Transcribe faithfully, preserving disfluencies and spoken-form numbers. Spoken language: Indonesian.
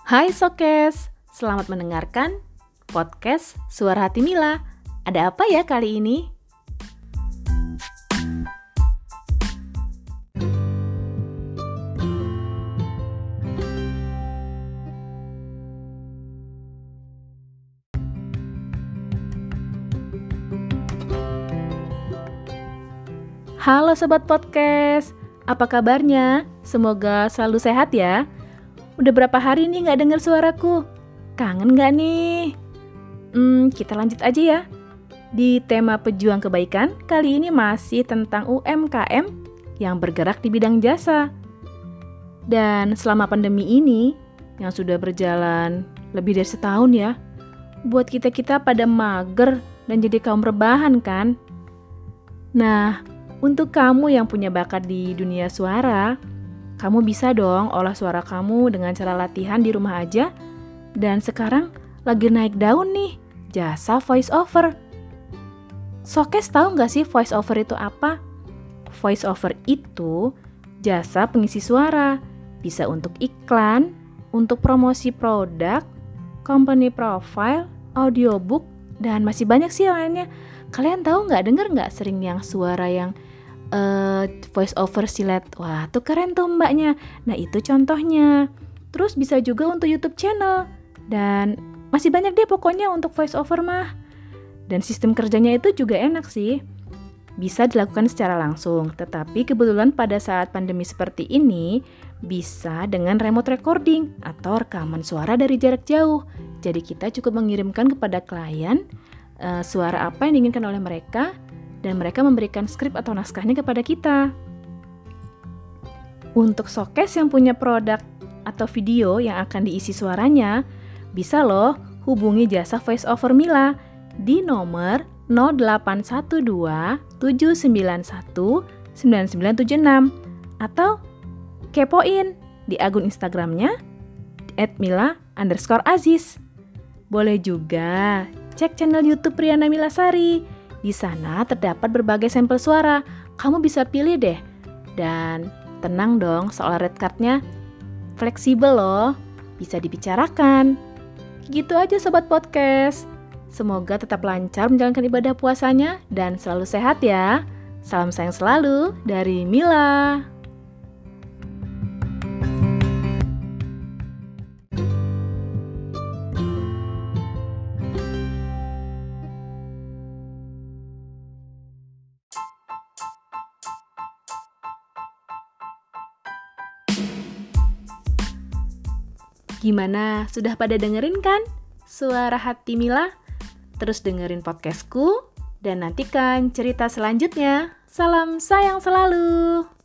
Hai Sokes, selamat mendengarkan podcast Suara Hati Mila. Ada apa ya kali ini? Halo Sobat Podcast, apa kabarnya? Semoga selalu sehat ya. Udah berapa hari nih gak dengar suaraku? Kangen gak nih? Hmm, kita lanjut aja ya. Di tema pejuang kebaikan, kali ini masih tentang U M K M yang bergerak di bidang jasa. Dan selama pandemi ini, yang sudah berjalan lebih dari setahun ya, buat kita-kita pada mager dan jadi kaum rebahan kan? Nah, untuk kamu yang punya bakat di dunia suara, kamu bisa dong olah suara kamu dengan cara latihan di rumah aja. Dan sekarang lagi naik daun nih, jasa voice over. Sokes tahu nggak sih voice over itu apa? Voice over itu jasa pengisi suara. Bisa untuk iklan, untuk promosi produk, company profile, audiobook, dan masih banyak sih lainnya. Kalian tahu nggak, denger nggak sering yang suara yang uh, voice over silet? Wah, tuh keren tuh mbaknya. Nah, itu contohnya. Terus bisa juga untuk YouTube channel. Dan masih banyak deh pokoknya untuk voice over mah. Dan sistem kerjanya itu juga enak sih. Bisa dilakukan secara langsung. Tetapi kebetulan pada saat pandemi seperti ini, bisa dengan remote recording atau rekaman suara dari jarak jauh. Jadi kita cukup mengirimkan kepada klien Uh, suara apa yang diinginkan oleh mereka, dan mereka memberikan skrip atau naskahnya kepada kita. Untuk Sokes yang punya produk atau video yang akan diisi suaranya, bisa loh hubungi jasa voice over Mila di nomor nol delapan satu dua tujuh sembilan satu sembilan sembilan tujuh enam atau kepoin di akun Instagramnya et mila underscore aziz. Boleh juga cek channel YouTube Riana Milasari. Di sana terdapat berbagai sampel suara. Kamu bisa pilih deh. Dan tenang dong, soal red card-nya fleksibel loh. Bisa dibicarakan. Gitu aja Sobat Podcast. Semoga tetap lancar menjalankan ibadah puasanya dan selalu sehat ya. Salam sayang selalu dari Mila. Gimana? Sudah pada dengerin kan Suara Hati Mila? Terus dengerin podcastku dan nantikan cerita selanjutnya. Salam sayang selalu.